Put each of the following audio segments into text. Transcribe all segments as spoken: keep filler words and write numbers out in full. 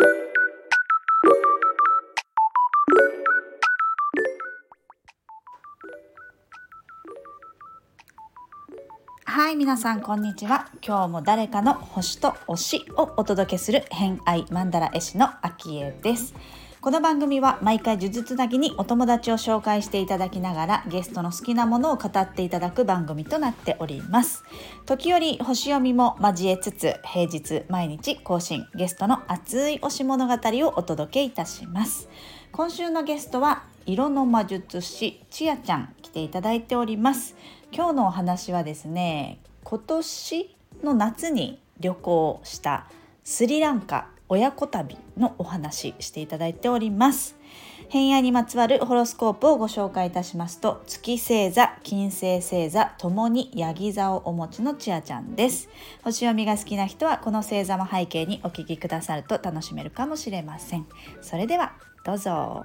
はい、皆さんこんにちは。今日も誰かの星と推しをお届けする偏愛マンダラ絵師のあきえです。この番組は毎回呪術つなぎにお友達を紹介していただきながらゲストの好きなものを語っていただく番組となっております。時折星読みも交えつつ平日毎日更新、ゲストの熱い推し物語をお届けいたします。今週のゲストは色の魔術師ちあちゃん来ていただいております。今日のお話はですね、今年の夏に旅行したスリランカ親子旅のお話していただいております。偏愛にまつわるホロスコープをご紹介いたしますと、月星座、金星星座ともにヤギ座をお持ちのちあちゃんです。星読みが好きな人はこの星座も背景にお聞きくださると楽しめるかもしれません。それではどうぞ。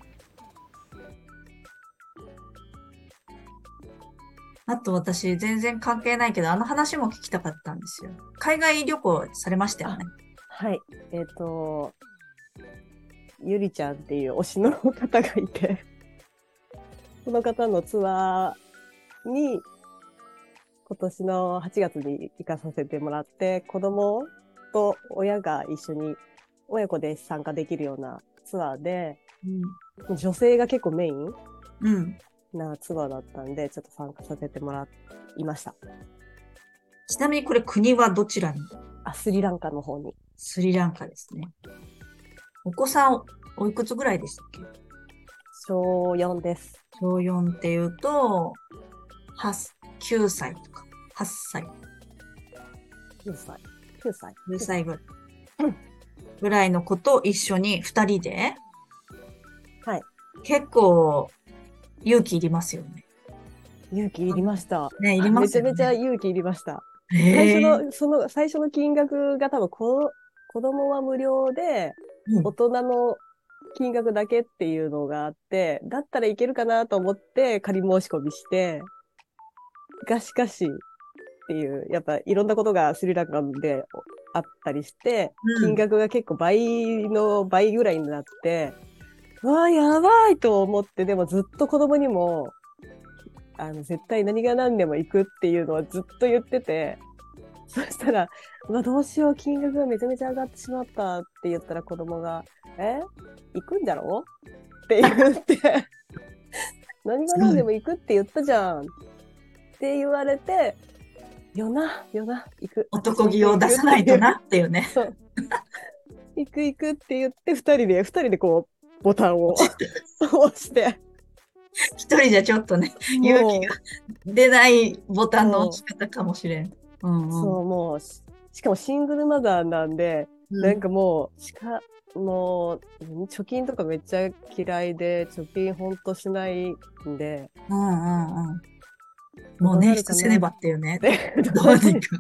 あと私全然関係ないけど、あの話も聞きたかったんですよ。海外旅行されましたよね。 はい。えっと、ゆりちゃんっていう推しの方がいて、その方のツアーに今年のはちがつに行かさせてもらって、子供と親が一緒に親子で参加できるようなツアーで、うん、女性が結構メイン、うんなツアーだったんで、ちょっと参加させてもらいました。 ちなみにこれ国はどちらに？ あ、スリランカの方に。 スリランカですね。お子さんおいくつぐらいでしたっけ？ しょうよんです。 しょうよんっていうと、はち、きゅうさいとか、はっさい。 きゅうさい。きゅうさい。 きゅうさいぐらい。うん。ぐらいの子と一緒にふたりで。 はい。 結構、勇気いりますよね。 勇気いりました。 ね、いりますよね。 めちゃめちゃ勇気いりました。 えー、 最初の、その、最初の金額が多分こ、子供は無料で、大人の金額だけっていうのがあって、うん、だったらいけるかなと思って仮申し込みして、がしかしっていう、やっぱいろんなことがスリランカであったりして、うん、金額が結構倍の倍ぐらいになって、わあ、やばいと思って、でもずっと子供にも、あの、絶対何が何でも行くっていうのはずっと言ってて、そしたら、まあ、どうしよう、金額がめちゃめちゃ上がってしまったって言ったら子供が、え行くんじゃろって言って、何が何でも行くって言ったじゃんって言われて、よな、よな、行く。 男気を出さないとなっていうね。 そう。行く行くって言って、二人で、二人でこう、ボタンを押して。 一人じゃちょっとね、勇気が出ないボタンの押し方かもしれん。うんうん、 そう、もう、しかもシングルマザーなんで、うん、なんかもう、しか、もう、貯金とかめっちゃ嫌いで、貯金ほんとしないんで。 うんうんうん。もう捻出せねばっていうね。どうにか。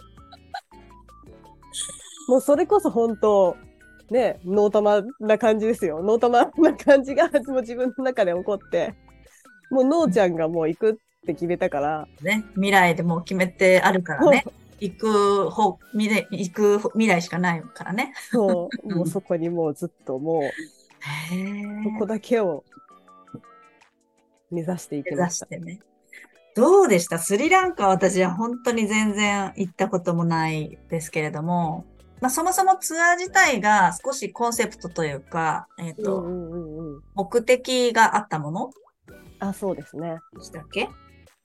もうそれこそ本当、ね、ノータマな感じですよ。ノータマな感じがもう自分の中で起こって、もうノーちゃんがもう行くって決めたから。 ね、未来でもう決めてあるからね。行く方、未来、行く未来しかないからね。 そう、もうそこにもうずっともう、へそこだけを目指していきました。 目指してね。どうでした？スリランカは私は本当に全然行ったこともないですけれども、まあ、そもそもツアー自体が少しコンセプトというか、えっと、うんうんうん、目的があったもの？ あ、そうですね。 でしたっけ？はい。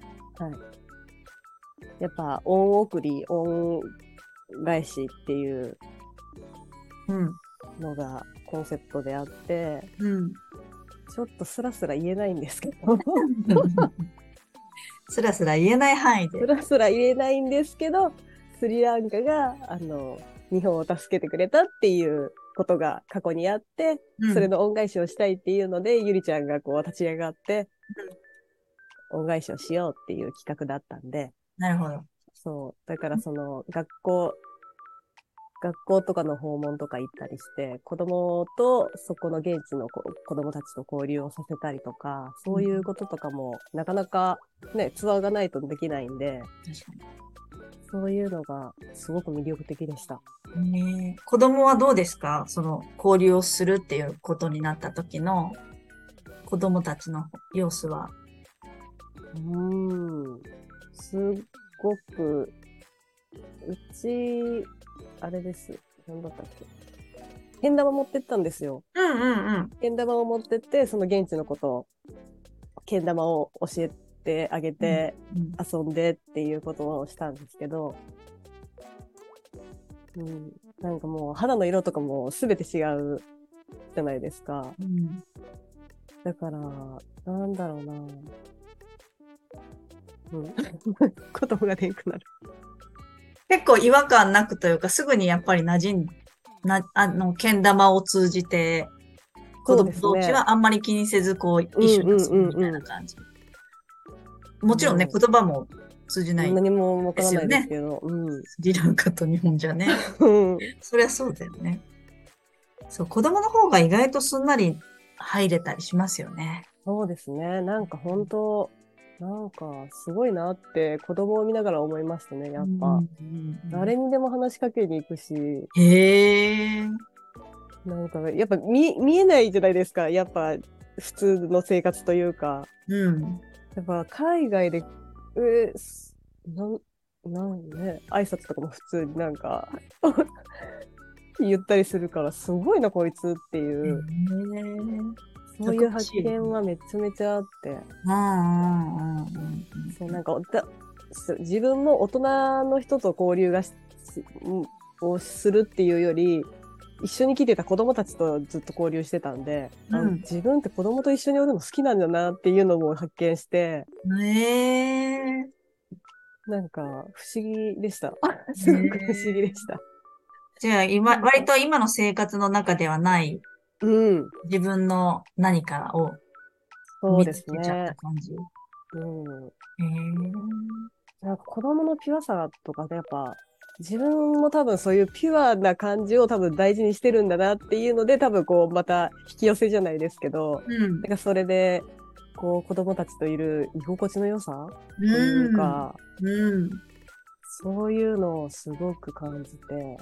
やっぱ、恩送り、恩返しっていうのがコンセプトであって、うん、ちょっとスラスラ言えないんですけど。 スラスラ言えない範囲で。 スラスラ言えないんですけど、スリランカが、あの、日本を助けてくれたっていうことが過去にあって、うん、それの恩返しをしたいっていうので、ゆりちゃんがこう立ち上がって、うん、恩返しをしようっていう企画だったんで。 なるほど。 そう。だからその、学校、学校とかの訪問とか行ったりして、子供とそこの現地の子供たちと交流をさせたりとか、そういうこととかも、なかなかね、ツアーがないとできないんで、確かに。 そういうのがすごく魅力的でした。 ね、子供はどうですか？その交流をするっていうことになった時の子供たちの様子は。 うーん。すっごく、うち、あれです。なんだったっけ。けん玉持ってったんですよ。 うんうんうん。 けん玉を持ってって、その現地のことを、けん玉を教えてあげて、遊んでっていうことをしたんですけど、うん、なんかもう肌の色とかも全て違うじゃないですか。 うん、 だから、なんだろうな。うん、言葉が出んくなる。 結構違和感なくというか、すぐにやっぱり馴染ん、な、あの、けん玉を通じて、子供同士はあんまり気にせず、こう、一緒に遊ぶみたいな感じ。もちろんね、言葉も通じない、 何もわからないですけど。うん、 スリランカと日本じゃね。そりゃそうだよね。そう、子供の方が意外とすんなり入れたりしますよね。 そうですね。なんか本当、なんかすごいなって子供を見ながら思いましたね、やっぱ。うんうんうん、誰にでも話しかけに行くし。 へー。 なんか、やっぱ見、見えないじゃないですか。やっぱ普通の生活というか。 うん。 やっぱ海外で、えなん、なんね、挨拶とかも普通になんか言ったりするから、すごいな、こいつっていう。そういう発見はめちゃめちゃあって。そう、なんか、自分も大人の人と交流がしをするっていうより、一緒に来てた子供たちとずっと交流してたんで、うん、あ、自分って子供と一緒におるの好きなんだなっていうのも発見して、 へー。 なんか不思議でした。すごく不思議でした。 じゃあ今、割と今の生活の中ではない、うん、自分の何かを見つけちゃった感じ。 うん。へー。なんか子供のピュアさとかでやっぱ、自分も多分そういうピュアな感じを多分大事にしてるんだなっていうので、多分こうまた引き寄せじゃないですけど、うん、なんかそれでこう子供たちといる居心地の良さというか、うんうん、そういうのをすごく感じて。なんか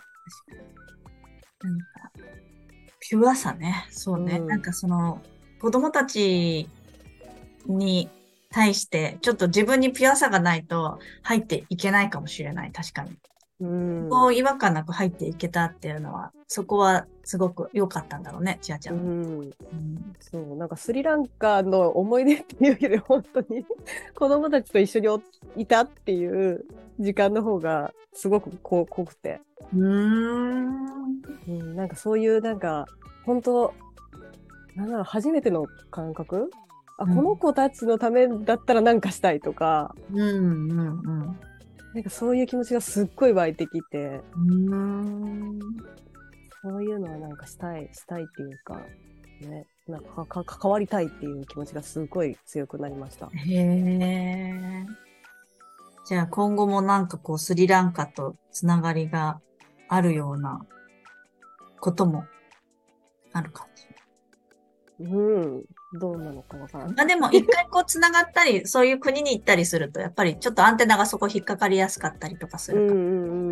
ピュアさね。そうね。うん、なんかその子供たちに対してちょっと自分にピュアさがないと入っていけないかもしれない。確かに。うん、こう違和感なく入っていけたっていうのは、そこはすごく良かったんだろうね、ちあちゃん。うんうん、そう、なんかスリランカの思い出っていうけど、本当に子供たちと一緒にいたっていう時間の方がすごく濃くて。うーん、うん、なんかそういうなんか、本当なんだろう、初めての感覚、あ、この子たちのためだったら何かしたいとか、うんうんうん、なんかそういう気持ちがすっごい湧いてきて、うーん、そういうのはなんかしたい、したいっていうか、ね、なんかか関わりたいっていう気持ちがすごい強くなりました。 へー。じゃあ今後もなんかこうスリランカとつながりがあるようなこともある感じ。 うん、どうなのかわからない。 まあでも一回こうつながったり、そういう国に行ったりすると、やっぱりちょっとアンテナがそこ引っかかりやすかったりとかするから、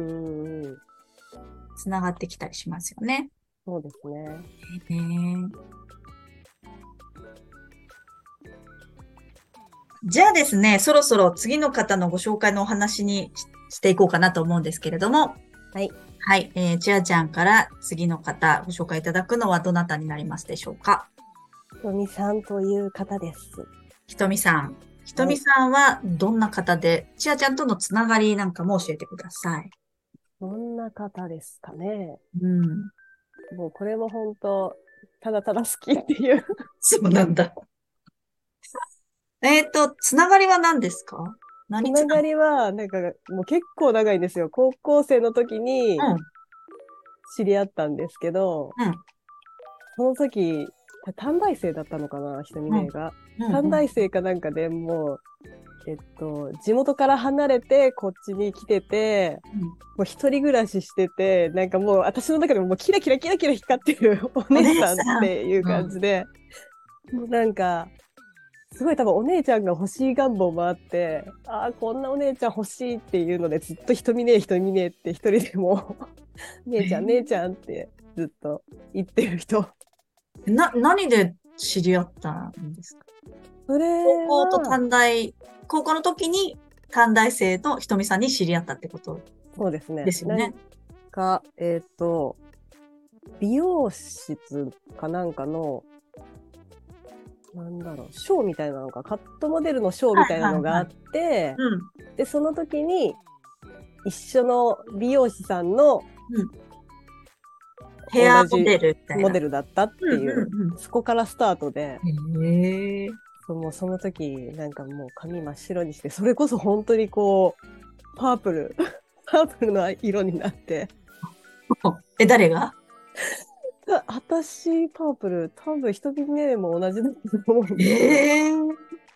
つながってきたりしますよね。 そうですね。 えー、じゃあですね、そろそろ次の方のご紹介のお話にしていこうかなと思うんですけれども。 はい。 はい。えー、ちあちゃんから次の方ご紹介いただくのはどなたになりますでしょうか？ ひとみさんという方です。 ひとみさん。ひとみさんはどんな方で、はい、ちあちゃんとのつながりなんかも教えてください。 どんな方ですかね。 うん。 もうこれも本当、ただただ好きっていう。 そうなんだ。えっと、つながりは何ですか？ 何つながりは、なんかもう結構長いんですよ。高校生の時に知り合ったんですけど、うん、その時、短大生だったのかな、ひとみねが。うんうんうん、短大生かなんかでもう、えっと、地元から離れてこっちに来てて、うん、もう一人暮らししてて、なんかもう私の中でももうキラキラキラキラ光ってるお姉さんっていう感じで、うん、もうなんか、 すごい多分お姉ちゃんが欲しい願望もあって、ああ、こんなお姉ちゃん欲しいっていうので、ずっと瞳ねえ、瞳ねえって一人でも、姉ちゃん、姉ちゃんってずっと言ってる人。 な、何で知り合ったんですか？ それ高校とは、 短大、高校の時に短大生のひとみさんに知り合ったってことそうですね。 ですよね。 なんか、えっと、美容室かなんかの、なんだろう、ショーみたいなのが、カットモデルのショーみたいなのがあって、 うん。 で、その時に、一緒の美容師さんのうん。ヘアモ同じデルみたいな。 モデルだったっていう、 うんうんそこからスタートで、 うん。へえ。 そうもうその時、なんかもう髪真っ白にして、それこそ本当にこう、パープル、パープルの色になって、 え、誰が？ あ私、パープル、多分一人目も同じだと思うんですけど、 ええー。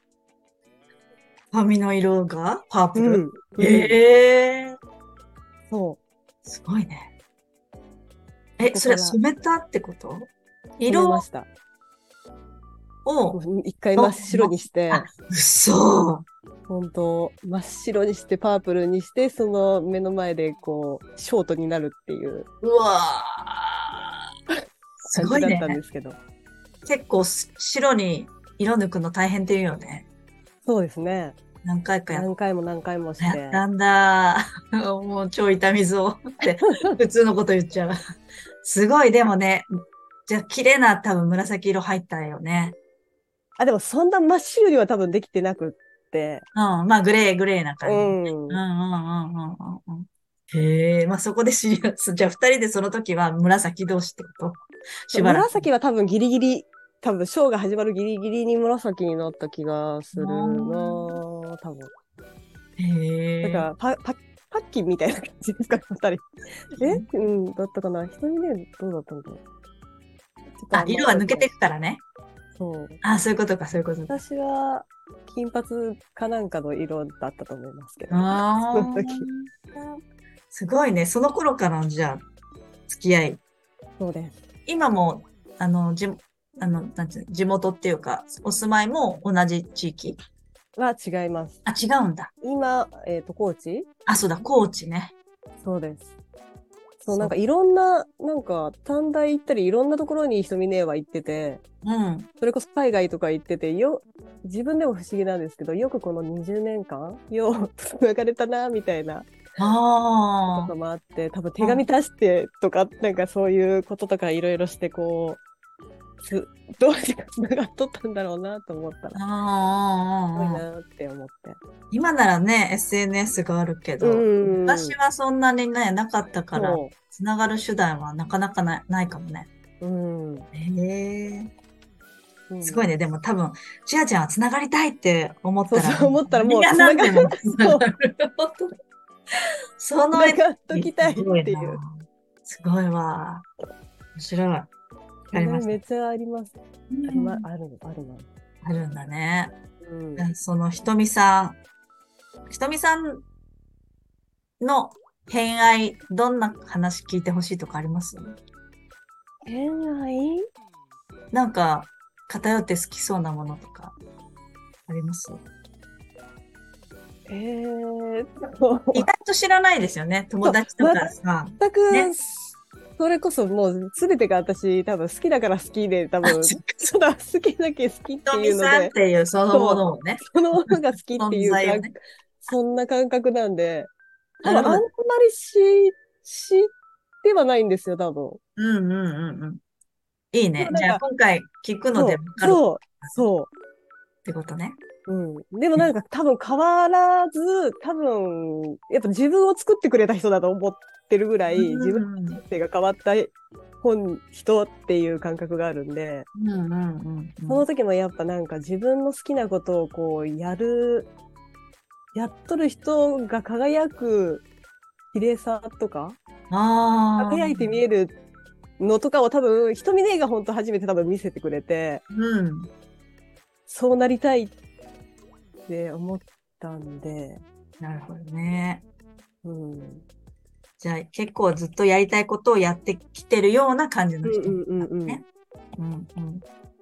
髪の色がパープル？ うん、うん、 ええー。 そすごいね。 う、そえ、それこから染めたってこと？ 染め色ました。 を、 もう一回真の、 っ白にしあ、 て、 嘘。 本当真っ白にしてパープルにして、その目の前でこう、ショートになるっていううわー。す感じだっごいね。 たんですけど。 結構す白に色抜くの大変って言うよね。 そうですね。 何回かやっ何回も何回もして。 やったんだ。もう超痛みそうって普通のこと言っちゃう。すごい、でもね、じゃあ綺麗な多分紫色入ったよね。 あ、でもそんな真っ白には多分できてなくって。 うん、まあグレー、グレーなう感じ。うんうん。 んうんうんうんうん。へえ、まあそこで知り合う。じゃあ二人でその時は紫同士ってこと？しばらく。 紫は多分ギリギリ、多分ショーが始まるギリギリに紫になった気がするなぁ、多分。だかへえ。 らパ、パ、パッキンみたいな感じですか、二人。えうん、だったかな。一人ね、どうだったんだろう。ちょっとあ、 あんま色は抜けてい覚えてない。 くからね。 そう。 あ、そういうことか、そういうことか。 私は金髪かなんかの色だったと思いますけど、そのあ時。 あ。すごいね。その頃からのじゃあ、付き合い。 そうです。 今も、あの、じ、あの、なんていうの、地元っていうか、お住まいも同じ地域？ は違います。 あ、違うんだ。 今、えっと、高知あ、そうだ、高知ね。 そうです。そう、 そう。 なんかいろんな、なんか短大行ったりいろんなところに瞳ねえは行ってて、 うん。 それこそ海外とか行ってて、よ、自分でも不思議なんですけど、よくこのにじゅうねんかん、よう繋がれたな、みたいなとあかもあって、多分手あ。うん。 紙出してとか、なんかそういうこととかいろいろして、こう、つ、どうしてか繋がっとったんだろうなと思ったら、すごいああ。 なって思って。 今ならね、エスエヌエス があるけうど、 ーん、 昔はそんなにね、なかったから、 そつながる手段はなかなかない、ないかもね。 う、うん、 へえ。 そうすごいね。 なんです。 でも多分、ちあちゃんはつながりたいって思ったら、 そうそう思ったらもう何が繋がる、 何でもつなそう、 がる。本当だ。そのエネ繋がっとルギーすきたいっごいな。 ていう。 すごいわ。面白い。わそれかりました。 めっちゃあります。 うありま、 ん、 ある、あるな。 あるんだね。 うん。 そのひとみさん、ひとみさんの偏愛、どんな話聞いてほしいとかあります？ 恋愛なんか、偏って好きそうなものとか、あります？ えーっと、 意外と知らないですよね。友そう、 達とかさ。 全く、 ね。 それこそもう全てが私多分好きだから好きで多あ、 分、 そっか、 ただ好きだけ好きってひとみさんっいうので、 ていうそのもそう、 のをね。 そのものが好きって存いうか、 在をね。 そんな感覚なんで、多分あんまなるほど。 りし、知ってはないんですよ、多分。 うんうんうんうん。いいね。じゃあでもなんか、 今回聞くのでそう、 わかるっそう、そてことね。 う。うん。でもなんか多分変わらず、多分、やっぱ自分を作ってくれた人だと思ってるぐらい、自分のうんうん人生が変わった本、人っていう感覚があるんで、 うんうんうん。 その時もやっぱなんか自分の好きなことをこうやる、やっとる人が輝く綺麗さとか、 ああ、 輝いて見えるのとかを多分、瞳ねえが本当初めて多分見せてくれて、 うん。 そうなりたいって思ったんで、 なるほどね。 うん。うんじゃあ結構ずっとやりたいことをやってきてるような感じの人うんうんうん。 ね。うんうん。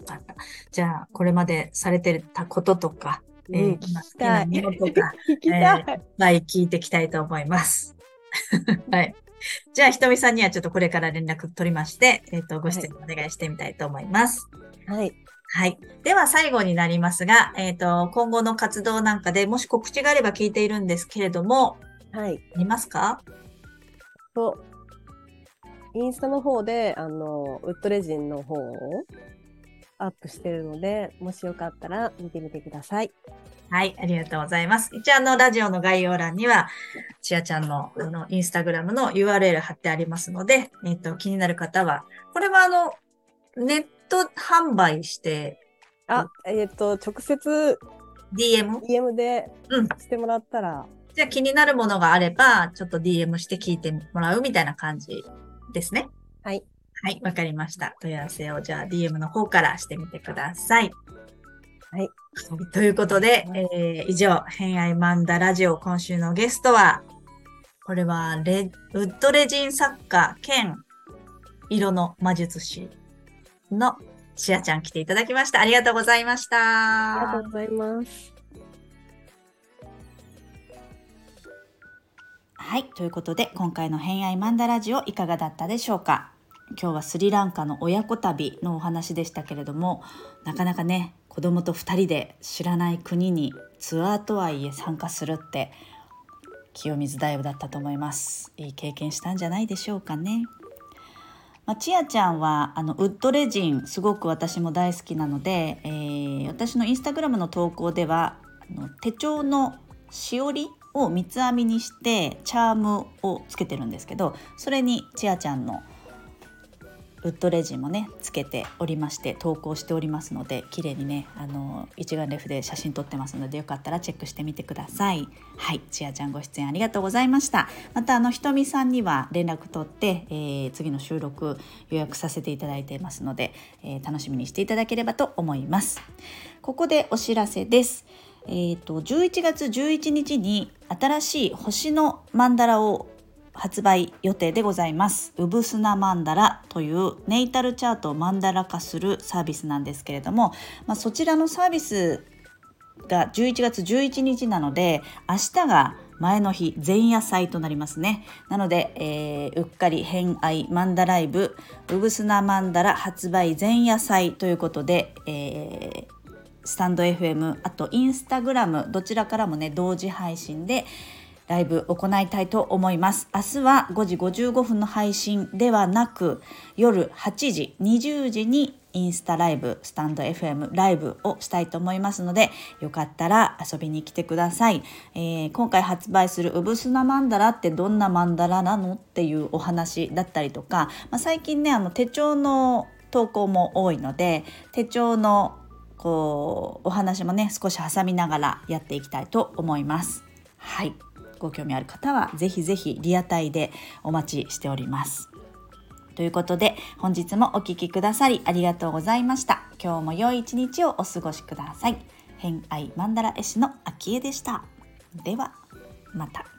かった。じゃあ、これまでされてたこととか、えー、今好きなものとか、 聞きたい。 えー、いっぱい聞いていきたいと思います。はい。じゃあ、ひとみさんにはちょっとこれから連絡取りまして、えっと、ご出演お願いしてみたいと思います。 はい。 はい。では、最後になりますが、えっと、今後の活動なんかでもし告知があれば聞いているんですけれども、 はい。 ありますか？ と、インスタの方で、あの、ウッドレジンの方をアップしてるので、もしよかったら見てみてください。 はい、ありがとうございます。一応、あの、ラジオの概要欄には、ちあちゃんの、あの、インスタグラムの ユーアールエル 貼ってありますので、えっと、気になる方は、これはあの、ネット販売して、 あ、えっと、直接ディーエム？ ディーエム でうん。 してもらったら、 じゃあ気になるものがあれば、ちょっと ディーエム して聞いてもらうみたいな感じですね。 はい。 はい、わかりました。問い合わせをじゃあ ディーエム の方からしてみてください。 はい。 ということで、えー、以上、偏愛マンダラジオ今週のゲストは、これはレ、ウッドレジン作家兼色の魔術師のしあちゃん来ていただきました。ありがとうございました。 ありがとうございます。 はい、ということで今回の偏愛マンダラジオいかがだったでしょうか。今日はスリランカの親子旅のお話でしたけれども、なかなかね、子供とふたりで知らない国にツアーとはいえ参加するって清水大夫だったと思います。いい経験したんじゃないでしょうかね。まあ、ちあちゃんはあのウッドレジンすごく私も大好きなので、えー、私のインスタグラムの投稿ではあの手帳のしおりを三つ編みにしてチャームをつけてるんですけど、それにちあちゃんのウッドレジンもねつけておりまして投稿しておりますので、綺麗にねあの一眼レフで写真撮ってますので、よかったらチェックしてみてください。はい、ちあちゃんご出演ありがとうございました。またあのひとみさんには連絡取って、えー、次の収録予約させていただいていますので、えー、楽しみにしていただければと思います。ここでお知らせです。えーと、じゅういちがつじゅういちにちに新しい星のマンダラを発売予定でございます。ウブスナマンダラというネイタルチャートをマンダラ化するサービスなんですけれども、まあ、そちらのサービスがじゅういちがつじゅういちにちなので、明日が前の日前夜祭となりますね。なので、えー、うっかり偏愛マンダライブウブスナマンダラ発売前夜祭ということで、えー、スタンド エフエム あとインスタグラムどちらからもね同時配信でライブ行いたいと思います。明日はごじごじゅうごふんの配信ではなく、夜はちじにじゅうじにインスタライブスタンド エフエム ライブをしたいと思いますので、よかったら遊びに来てください。えー、今回発売するウブスナマンダラってどんなマンダラなのっていうお話だったりとか、まあ、最近ねあの手帳の投稿も多いので、手帳のこうお話もね少し挟みながらやっていきたいと思います。はい、ご興味ある方はぜひぜひリアタイでお待ちしております。ということで本日もお聞きくださりありがとうございました。今日も良い一日をお過ごしください。偏愛マンダラ絵師のあきえでした。ではまた。